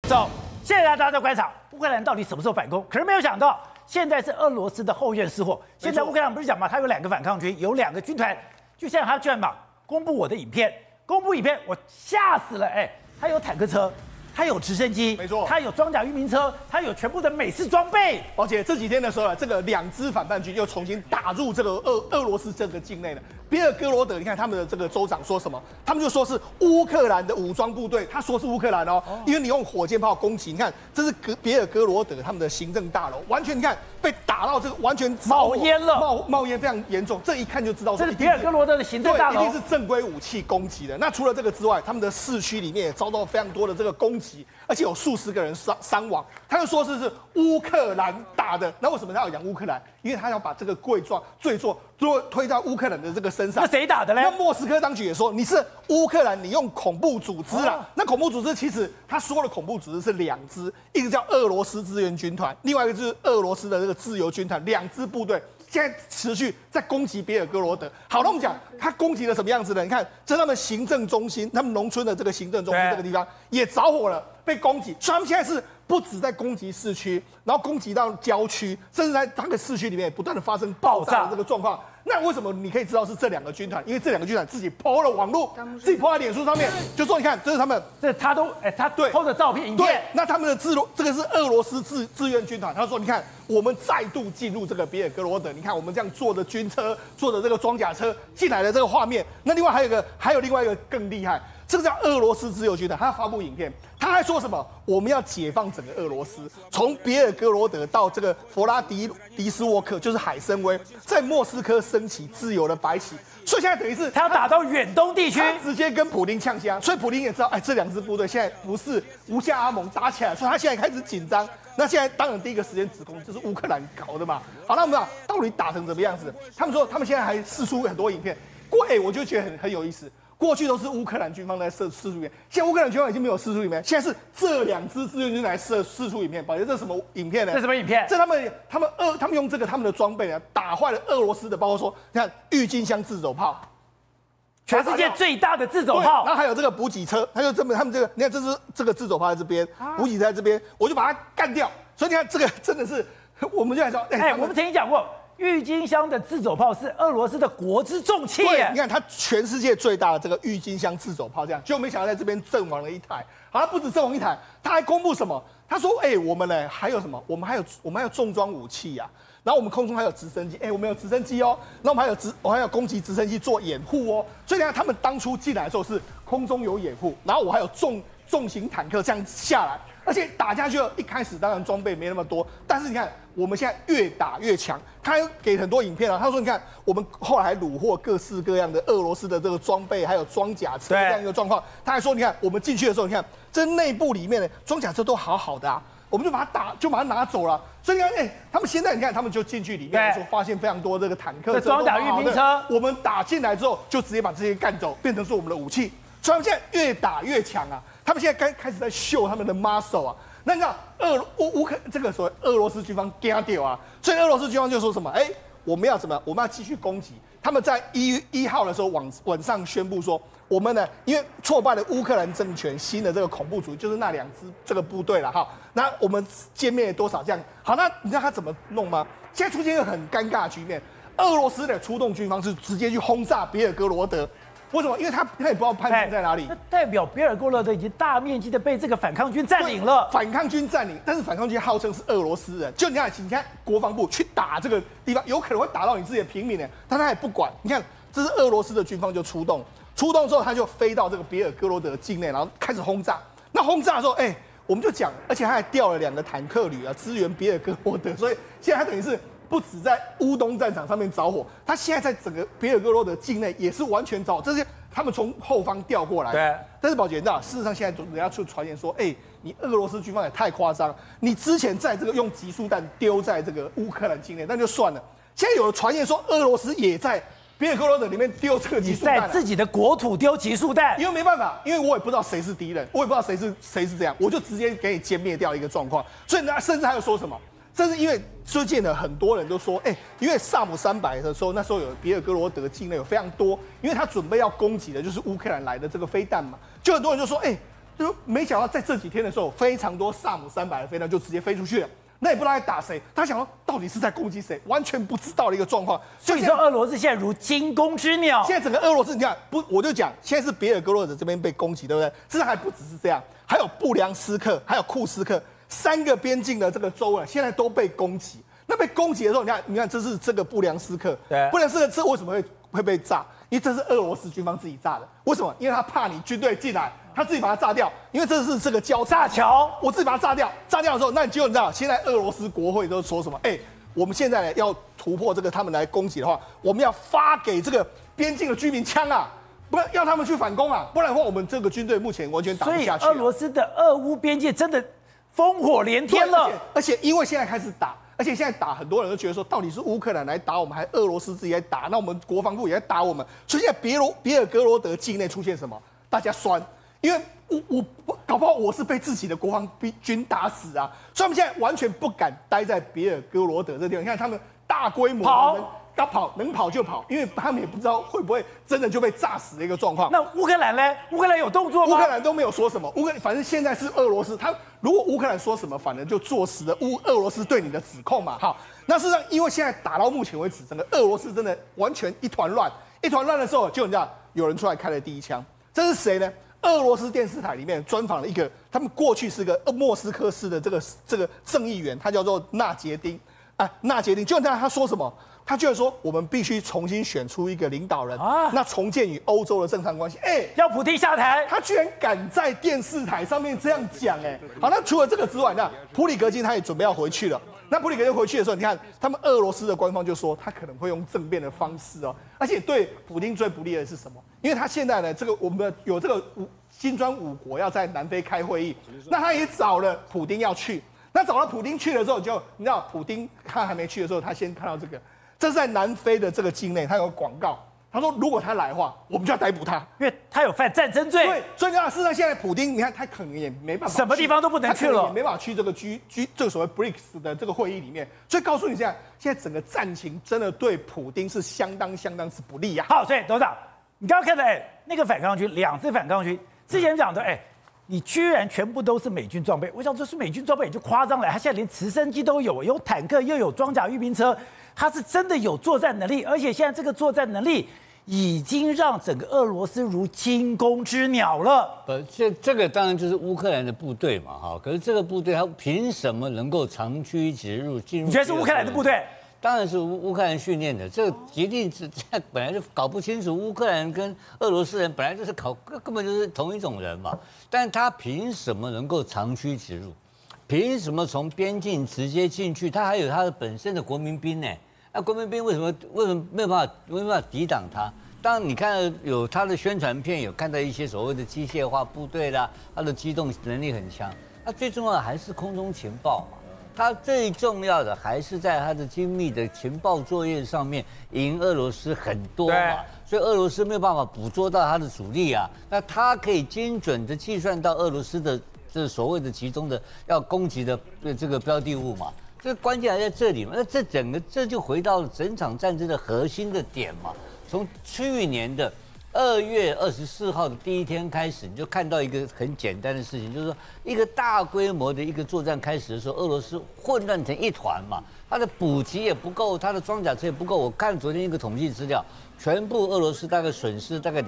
走，现在大家在观察乌克兰到底什么时候反攻？可是没有想到，现在是俄罗斯的后院失火。现在乌克兰不是讲嘛，他有2个反抗军，有2个军团，就现在他居然嘛公布我的影片，我吓死了！他有坦克车。他有直升机， 没错， 他有装甲运兵车，他有全部的美式装备。 而且这几天的时候呢，这个2支反叛军又重新打入这个俄罗斯这个境内了。别尔哥罗德，你看他们的这个州长说什么？他们就说是乌克兰的武装部队，他说是乌克兰哦，因为你用火箭炮攻击，你看这是别尔哥罗德他们的行政大楼，完全你看被打到这个完全冒烟了， 冒烟非常严重，这一看就知道这是别尔哥罗德的行政大楼， 一定是正规武器攻击的。那除了这个之外，他们的市区里面也遭到非常多的这个攻击，而且有数十个人伤亡。他就说是乌克兰打的，那为什么他要讲乌克兰？因为他要把这个罪状推到乌克兰的这个身上。 那谁打的嘞？ 那莫斯科当局也说你是乌克兰，你用恐怖组织啦。那恐怖组织其实他说的恐怖组织是2支，一个叫俄罗斯志愿军团，另外一个就是俄罗斯的这个自由军团，2支部队。现在持续在攻击别尔哥罗德。好，那我们讲他攻击了什么样子呢？你看，这是他们行政中心，他们农村的这个行政中心这个地方也着火了，被攻击。所以他们现在是不止在攻击市区，然后攻击到郊区，甚至在那个市区里面也不断的发生爆炸的这个状况。那为什么你可以知道是这2个军团？因为这2个军团自己 PO 了网络，自己 PO 在脸书上面，就说你看，这是他们， 他对 PO 的照片、影片。 对，那他们的这个是俄罗斯志愿军团，他说你看，我们再度进入这个别尔哥罗德，你看我们这样坐的军车，坐的这个装甲车进来的这个画面。那另外还有另外一个更厉害。这个叫俄罗斯自由军团，他发布影片，他还说什么？我们要解放整个俄罗斯，从别尔哥罗德到这个弗拉迪斯沃克，就是海参崴，在莫斯科升起自由的白旗。所以现在等于是他要打到远东地区， 直接跟普丁呛虾。所以普丁也知道，这2支部队现在不是无下阿蒙打起来，所以他现在开始紧张。那现在当然第一个时间指控就是乌克兰搞的嘛。好，那我们讲到底打成怎么样子？他们说他们现在还释出很多影片，我就觉得很有意思。过去都是乌克兰军方在释出影片，现在乌克兰军方已经没有释出影片，现在是这2支志愿军来释出影片。宝杰，这是什么影片呢？ 这什么影片？ 这他们用这个他们的装备呢，打坏了俄罗斯的，包括说，你看郁金香自走炮， 全世界最大的自走炮， 然后还有这个补给车，他们这个，你看这个自走炮在这边，补给车在这边，我就把它干掉。所以你看这个真的是，我们就来说， 我们曾经讲过。郁金香的自走炮是俄罗斯的国之重器。 对，你看它全世界最大的这个郁金香自走炮，这样，结果没想到在这边阵亡了1台。好，它不止阵亡1台，他还公布什么？他说，我们呢还有什么？我们还有重装武器呀。然后我们空中还有直升机，我们有直升机哦。那我们还有攻击直升机做掩护哦。所以你看他们当初进来的时候是空中有掩护，然后我还有重型坦克这样下来。而且打下去了，一开始当然装备没那么多，但是你看我们现在越打越强。他还给很多影片啊，他说你看我们后来还虏获各式各样的俄罗斯的这个装备，还有装甲车这样一个状况。他还说你看我们进去的时候，你看这内部里面的装甲车都好好的啊，我们就把它拿走了。所以你看，他们现在你看他们就进去里面的时候，发现非常多这个坦克、 装甲运兵车，我们打进来之后就直接把这些干走，变成是我们的武器。所以他们现在越打越强啊。他们现在开始在秀他们的 muscle 啊，那你知道这个所谓俄罗斯军方惊掉啊，所以俄罗斯军方就说什么？我们要怎么？我们要继续攻击。他们在1号的时候晚上宣布说，我们呢因为挫败了乌克兰政权新的这个恐怖主义，就是那2支这个部队了哈。那我们歼灭了多少？这样好，那你知道他怎么弄吗？现在出现一个很尴尬的局面，俄罗斯的出动军方是直接去轰炸别尔哥罗德。为什么？因为他也不知道叛军在哪里。 那代表别尔哥罗德已经大面积的被这个反抗军占领了。 反抗军占领，但是反抗军号称是俄罗斯人。就你看国防部去打这个地方，有可能会打到你自己的平民呢，但他也不管。你看，这是俄罗斯的军方就出动之后，他就飞到这个别尔哥罗德的境内，然后开始轰炸。那轰炸的时候，我们就讲，而且他还调了2个坦克旅啊，支援别尔哥罗德，所以现在他等于是。不止在乌东战场上面着火，他现在在整个别尔哥罗德境内也是完全着火。这些他们从后方调过来。 对。 但是宝杰，你知道，事实上现在人家出传言说，你俄罗斯军方也太夸张，你之前在这个用集束弹丢在这个乌克兰境内，那就算了。现在有传言说，俄罗斯也在别尔哥罗德里面丢这个集束弹。 你在自己的国土丢集束弹？ 因为没办法，因为我也不知道谁是敌人，我也不知道谁是这样，我就直接给你歼灭掉一个状况。所以呢，甚至还有说什么？这是因为最近呢，很多人都说，因为萨姆300的时候，那时候有别尔哥罗德境内有非常多，因为他准备要攻击的就是乌克兰来的这个飞弹嘛，就很多人就说， 就没想到在这几天的时候，非常多萨姆300的飞弹就直接飞出去了。那也不知道在打谁，他想说到底是在攻击谁，完全不知道的一个状况。 所以你说俄罗斯现在如惊弓之鸟。 现在整个俄罗斯，你看不，我就讲现在是别尔哥罗德这边被攻击，对不对？这还不只是这样，还有布良斯克，还有库斯克3个边境的这个州啊，现在都被攻击。那被攻击的时候，你看，这是这个布良斯克， 对， 布良斯克这为什么会被炸？因为这是俄罗斯军方自己炸的。为什么？因为他怕你军队进来，他自己把它炸掉。因为这是这个炸桥， 我自己把它炸掉。炸掉的时候，那结果你知道，现在俄罗斯国会都说什么？我们现在呢要突破这个他们来攻击的话，我们要发给这个边境的居民枪啊，不然要他们去反攻啊，不然的话我们这个军队目前完全打不下去。 所以俄罗斯的俄乌边界真的烽火连天了， 而且因为现在开始打。而且现在打，很多人都觉得说，到底是乌克兰来打我们，还是俄罗斯自己来打？那我们国防部也在打我们。所以现在别尔哥罗德境内出现什么？大家酸，因为我搞不好我是被自己的国防军打死啊！所以他们现在完全不敢待在别尔哥罗德这地方。你看他们大规模要跑，能跑就跑，因为他们也不知道会不会真的就被炸死的一个状况。 那乌克兰呢？乌克兰有动作吗？ 乌克兰都没有说什么。反正现在是俄罗斯，如果乌克兰说什么，反正就坐实了俄罗斯对你的指控嘛。好，那事实上，因为现在打到目前为止，整个俄罗斯真的完全一团乱。一团乱的时候，就你知道有人出来开了第一枪，这是谁呢？俄罗斯电视台里面专访了一个，他们过去是个莫斯科市的这个正议员，他叫做纳杰丁。纳杰丁，就你看他说什么？他居然说我们必须重新选出一个领导人啊，那重建与欧洲的正常关系。 要普丁下台， 他居然敢在电视台上面这样讲，好，那除了这个之外，那普里格金他也准备要回去了。那普里格金回去的时候，你看他们俄罗斯的官方就说他可能会用政变的方式哦，而且对普丁最不利的是什么？因为他现在呢，我们有这个金砖5国要在南非开会议，那他也找了普丁要去。那找到普丁去的时候，你知道普丁他还没去的时候，他先看到这个。这是在南非的这个境内，他有个广告，他说如果他来的话，我们就要逮捕他， 因为他有犯战争罪。 对，所以事实上现在普丁，你看他可能也没办法， 什么地方都不能去了， 也没办法去这个这个所谓 BRICS 的这个会议里面。所以告诉你现在整个战情真的对普丁是相当是不利呀。 好，所以董事长，你刚刚看的那个反抗军，2支反抗军，之前讲的你居然全部都是美军装备，我想这是美军装备也就夸张了，他现在连直升机都有，有坦克又有装甲运兵车。他是真的有作战能力，而且现在这个作战能力已经让整个俄罗斯如惊弓之鸟了。 这个当然就是乌克兰的部队嘛，哈。可是这个部队他凭什么能够长驱直入进入？ 你觉得是乌克兰的部队？ 当然是乌克兰训练的，这个一定是本来就搞不清楚，乌克兰跟俄罗斯人本来就是根本就是同一种人嘛。但他凭什么能够长驱直入？凭什么从边境直接进去？他还有他的本身的国民兵呢？那国民兵为什么没有办法抵挡他？当然，你看有他的宣传片，有看到一些所谓的机械化部队啦，他的机动能力很强。那最重要的还是空中情报嘛，他最重要的还是在他的精密的情报作业上面赢俄罗斯很多嘛，所以俄罗斯没有办法捕捉到他的主力啊。那他可以精准的计算到俄罗斯的这所谓的集中的要攻击的这个标的物嘛。这关键还在这里嘛？那这就回到了整场战争的核心的点嘛。从去年的2月24号的第一天开始，你就看到一个很简单的事情，就是说一个大规模的一个作战开始的时候，俄罗斯混乱成一团嘛，它的补给也不够，它的装甲车也不够。我看昨天一个统计资料，全部俄罗斯大概损失大概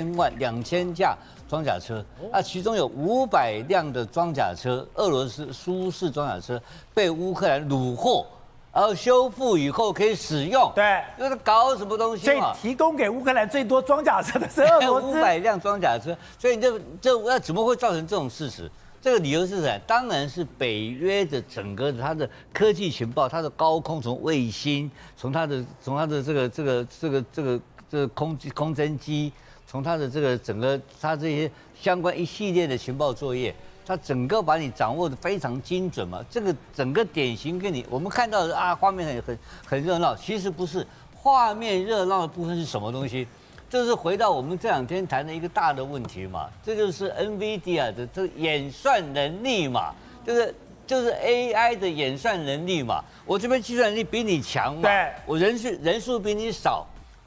2000架装甲车，其中有500辆的装甲车，俄罗斯苏式装甲车被乌克兰虏获。然后修复以后可以使用， 对， 就是搞什么东西嘛？ 所以提供给乌克兰最多装甲车的是俄罗斯 500辆装甲车，所以这怎么会造成这种事实？这个理由是什么？当然是北约的整个它的科技情报，它的高空从卫星，从它的这个空侦机，从它的这个整个它这些相关一系列的情报作业。它整个把你掌握的非常精准嘛，这个整个典型跟我们看到的画面很热闹，其实不是，画面热闹的部分是什么东西？就是回到我们这2天谈的一个大的问题嘛，这就是 NVIDIA 的这个演算能力嘛，就是 AI 的演算能力嘛，我这边计算能力比你强嘛， 对， 我人数比你少。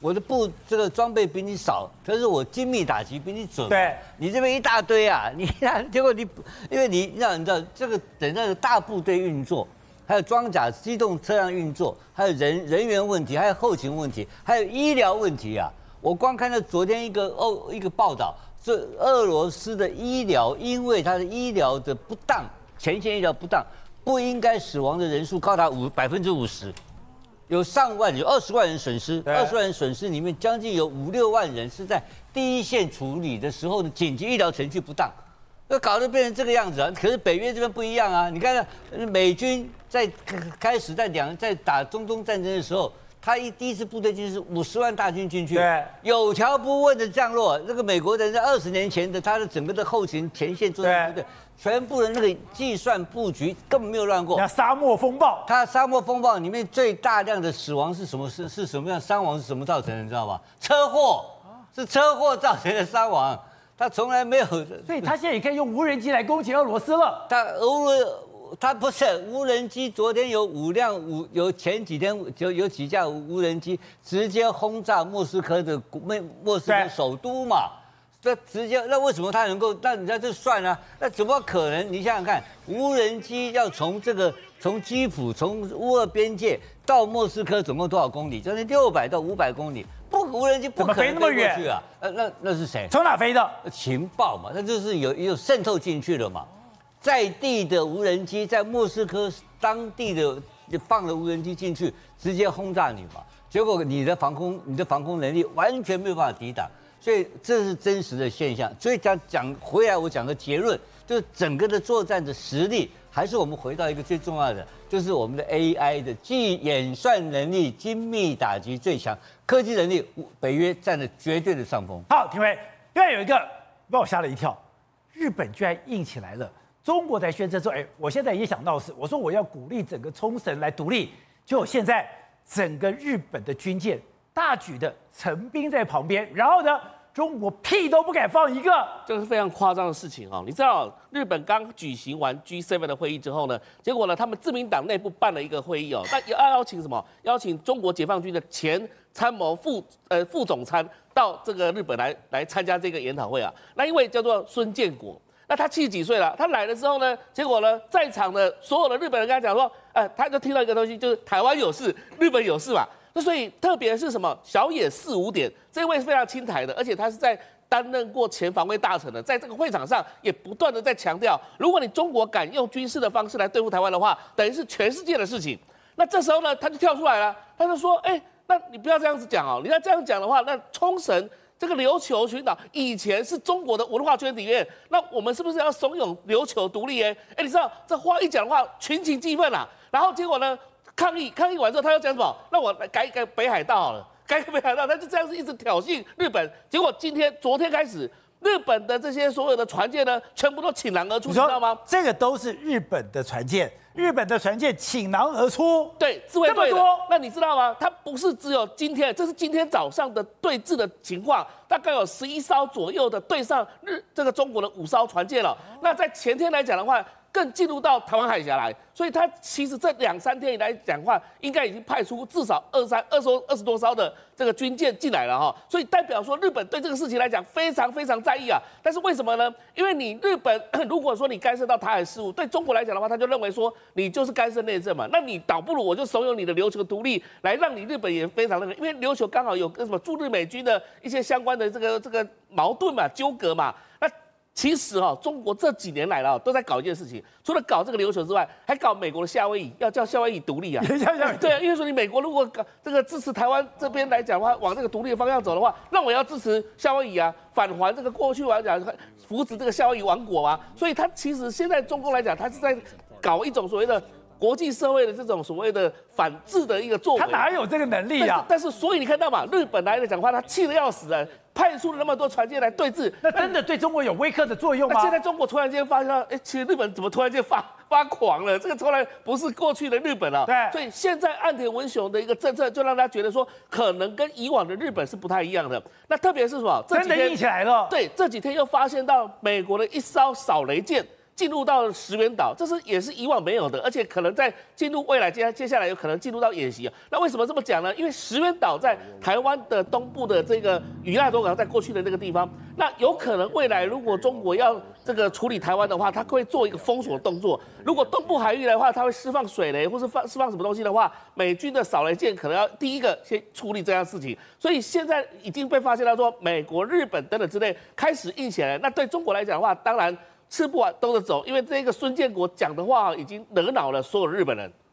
我的这个装备比你少，可是我精密打击比你准。 对， 你这边一大堆啊，结果因为你知道这个等到大部队运作，还有装甲机动车辆运作，还有人员问题，还有后勤问题，还有医疗问题啊。我光看到昨天一个报道，这俄罗斯的医疗，因为它的医疗的不当，前线医疗不当，不应该死亡的人数高达50%。有上万，有20万人损失，20万人损失里面将近有5、6万人是在第一线处理的时候的紧急医疗程序不当，那搞得变成这个样子啊。可是北约这边不一样啊，你看美军在开始在打中东战争的时候，他第一次部队进去是50万大军进去， 对， 有条不紊的降落。这个美国人在20年前的他的整个的后勤前线作战部队。全部的那个计算布局根本没有乱过。 像沙漠风暴， 它沙漠风暴里面最大量的死亡是什么？是什么样？伤亡是什么造成的？你知道吗？车祸，是车祸造成的伤亡。他从来没有， 所以他现在也可以用无人机来攻击俄罗斯了。 他不是无人机，昨天有前几天有几架无人机直接轰炸莫斯科首都嘛。这直接，那为什么他能够？那人家就算啊，那怎么可能？你想想看，无人机要从基辅从乌俄边界到莫斯科总共多少公里？将近600到500公里，无人机不可能飞那么远去啊！那是谁？ 从哪飞的？ 情报嘛，那就是有渗透进去了嘛。在地的无人机在莫斯科当地的放了无人机进去，直接轰炸你嘛。结果你的防空能力完全没有办法抵挡。所以这是真实的现象。所以讲回来，我讲的结论就是整个的作战的实力，还是我们回到一个最重要的，就是我们的 AI 的演算能力、精密打击最强，科技能力，北约占了绝对的上风。 好，廷辉，另外有一个把我吓了一跳，日本居然硬起来了。中国在宣称说，我现在也想闹事，我说我要鼓励整个冲绳来独立，结果现在整个日本的军舰大举的陈兵在旁边，然后呢，中国屁都不敢放一个， 这是非常夸张的事情哦。你知道日本刚举行完 G7 的会议之后呢，结果呢，他们自民党内部办了一个会议哦，那邀请什么？邀请中国解放军的前参谋副总参到这个日本来参加这个研讨会啊。那因为叫做孙建国，那他70几岁了，他来的时候呢，结果呢，在场的所有的日本人跟他讲说，他就听到一个东西，就是台湾有事，日本有事嘛。那所以特别是什么小野4、5点，这位是非常亲台的，而且他是在担任过前防卫大臣的，在这个会场上也不断的在强调，如果你中国敢用军事的方式来对付台湾的话，等于是全世界的事情。那这时候呢，他就跳出来了，他就说，那你不要这样子讲哦，你要这样讲的话，那冲绳这个琉球群岛以前是中国的文化圈里面，那我们是不是要怂恿琉球独立？你知道这话一讲的话，群情激愤啊，然后结果呢？抗议完之后，他又讲什么？那我来改北海道好了，改北海道，他就这样子一直挑衅日本。结果昨天开始，日本的这些所有的船舰呢，全部都倾囊而出，你知道吗？ 这个都是日本的船舰，日本的船舰倾囊而出， 对，自卫队的。 这么多， 那你知道吗？它不是只有今天，这是今天早上的对峙的情况，大概有11艘左右的对上这个中国的5艘船舰了。那在前天来讲的话，更进入到台湾海峡来，所以它其实这2、3天以来讲话，应该已经派出至少20多艘的这个军舰进来了哈，所以代表说日本对这个事情来讲非常非常在意啊。但是为什么呢？因为你日本如果说你干涉到台海事务，对中国来讲的话，他就认为说你就是干涉内政嘛，那你倒不如我就怂恿你的琉球独立，来让你日本也非常那个，因为琉球刚好有跟什么驻日美军的一些相关的这个矛盾嘛、纠葛嘛，那。其实中国这几年来了都在搞一件事情，除了搞这个琉球之外，还搞美国的夏威夷，要叫夏威夷独立啊。对啊，因为说你美国如果搞这个支持台湾这边来讲的话，往这个独立的方向走的话，那我要支持夏威夷啊，返还这个过去来讲扶持这个夏威夷王国啊。所以他其实现在中共来讲，他是在搞一种所谓的国际社会的这种所谓的反制的一个作为。 他哪有这个能力啊？ 但是所以你看到嘛，日本来讲话，他气得要死啊。派出了那么多船舰来对峙， 那真的对中国有威慑的作用吗？ 现在中国突然间发现，其实日本怎么突然间发狂了？这个从来不是过去的日本了。 对， 所以现在岸田文雄的一个政策，就让他觉得说，可能跟以往的日本是不太一样的。那特别是什么？ 真的硬起来了。 对，这几天又发现到美国的一艘扫雷舰进入到石垣岛，这也是以往没有的，而且可能在进入未来接下来有可能进入到演习。那为什么这么讲呢？因为石垣岛在台湾的东部的这个与那多港，在过去的那个地方，那有可能未来如果中国要这个处理台湾的话，它会做一个封锁动作。如果东部海域的话，它会释放水雷或是释放什么东西的话，美军的扫雷舰可能要第一个先处理这样的事情。所以现在已经被发现到说，美国、日本等等之类开始硬起来。那对中国来讲的话，当然吃不完兜着走，因为这个孙建国讲的话已经惹恼了所有日本人。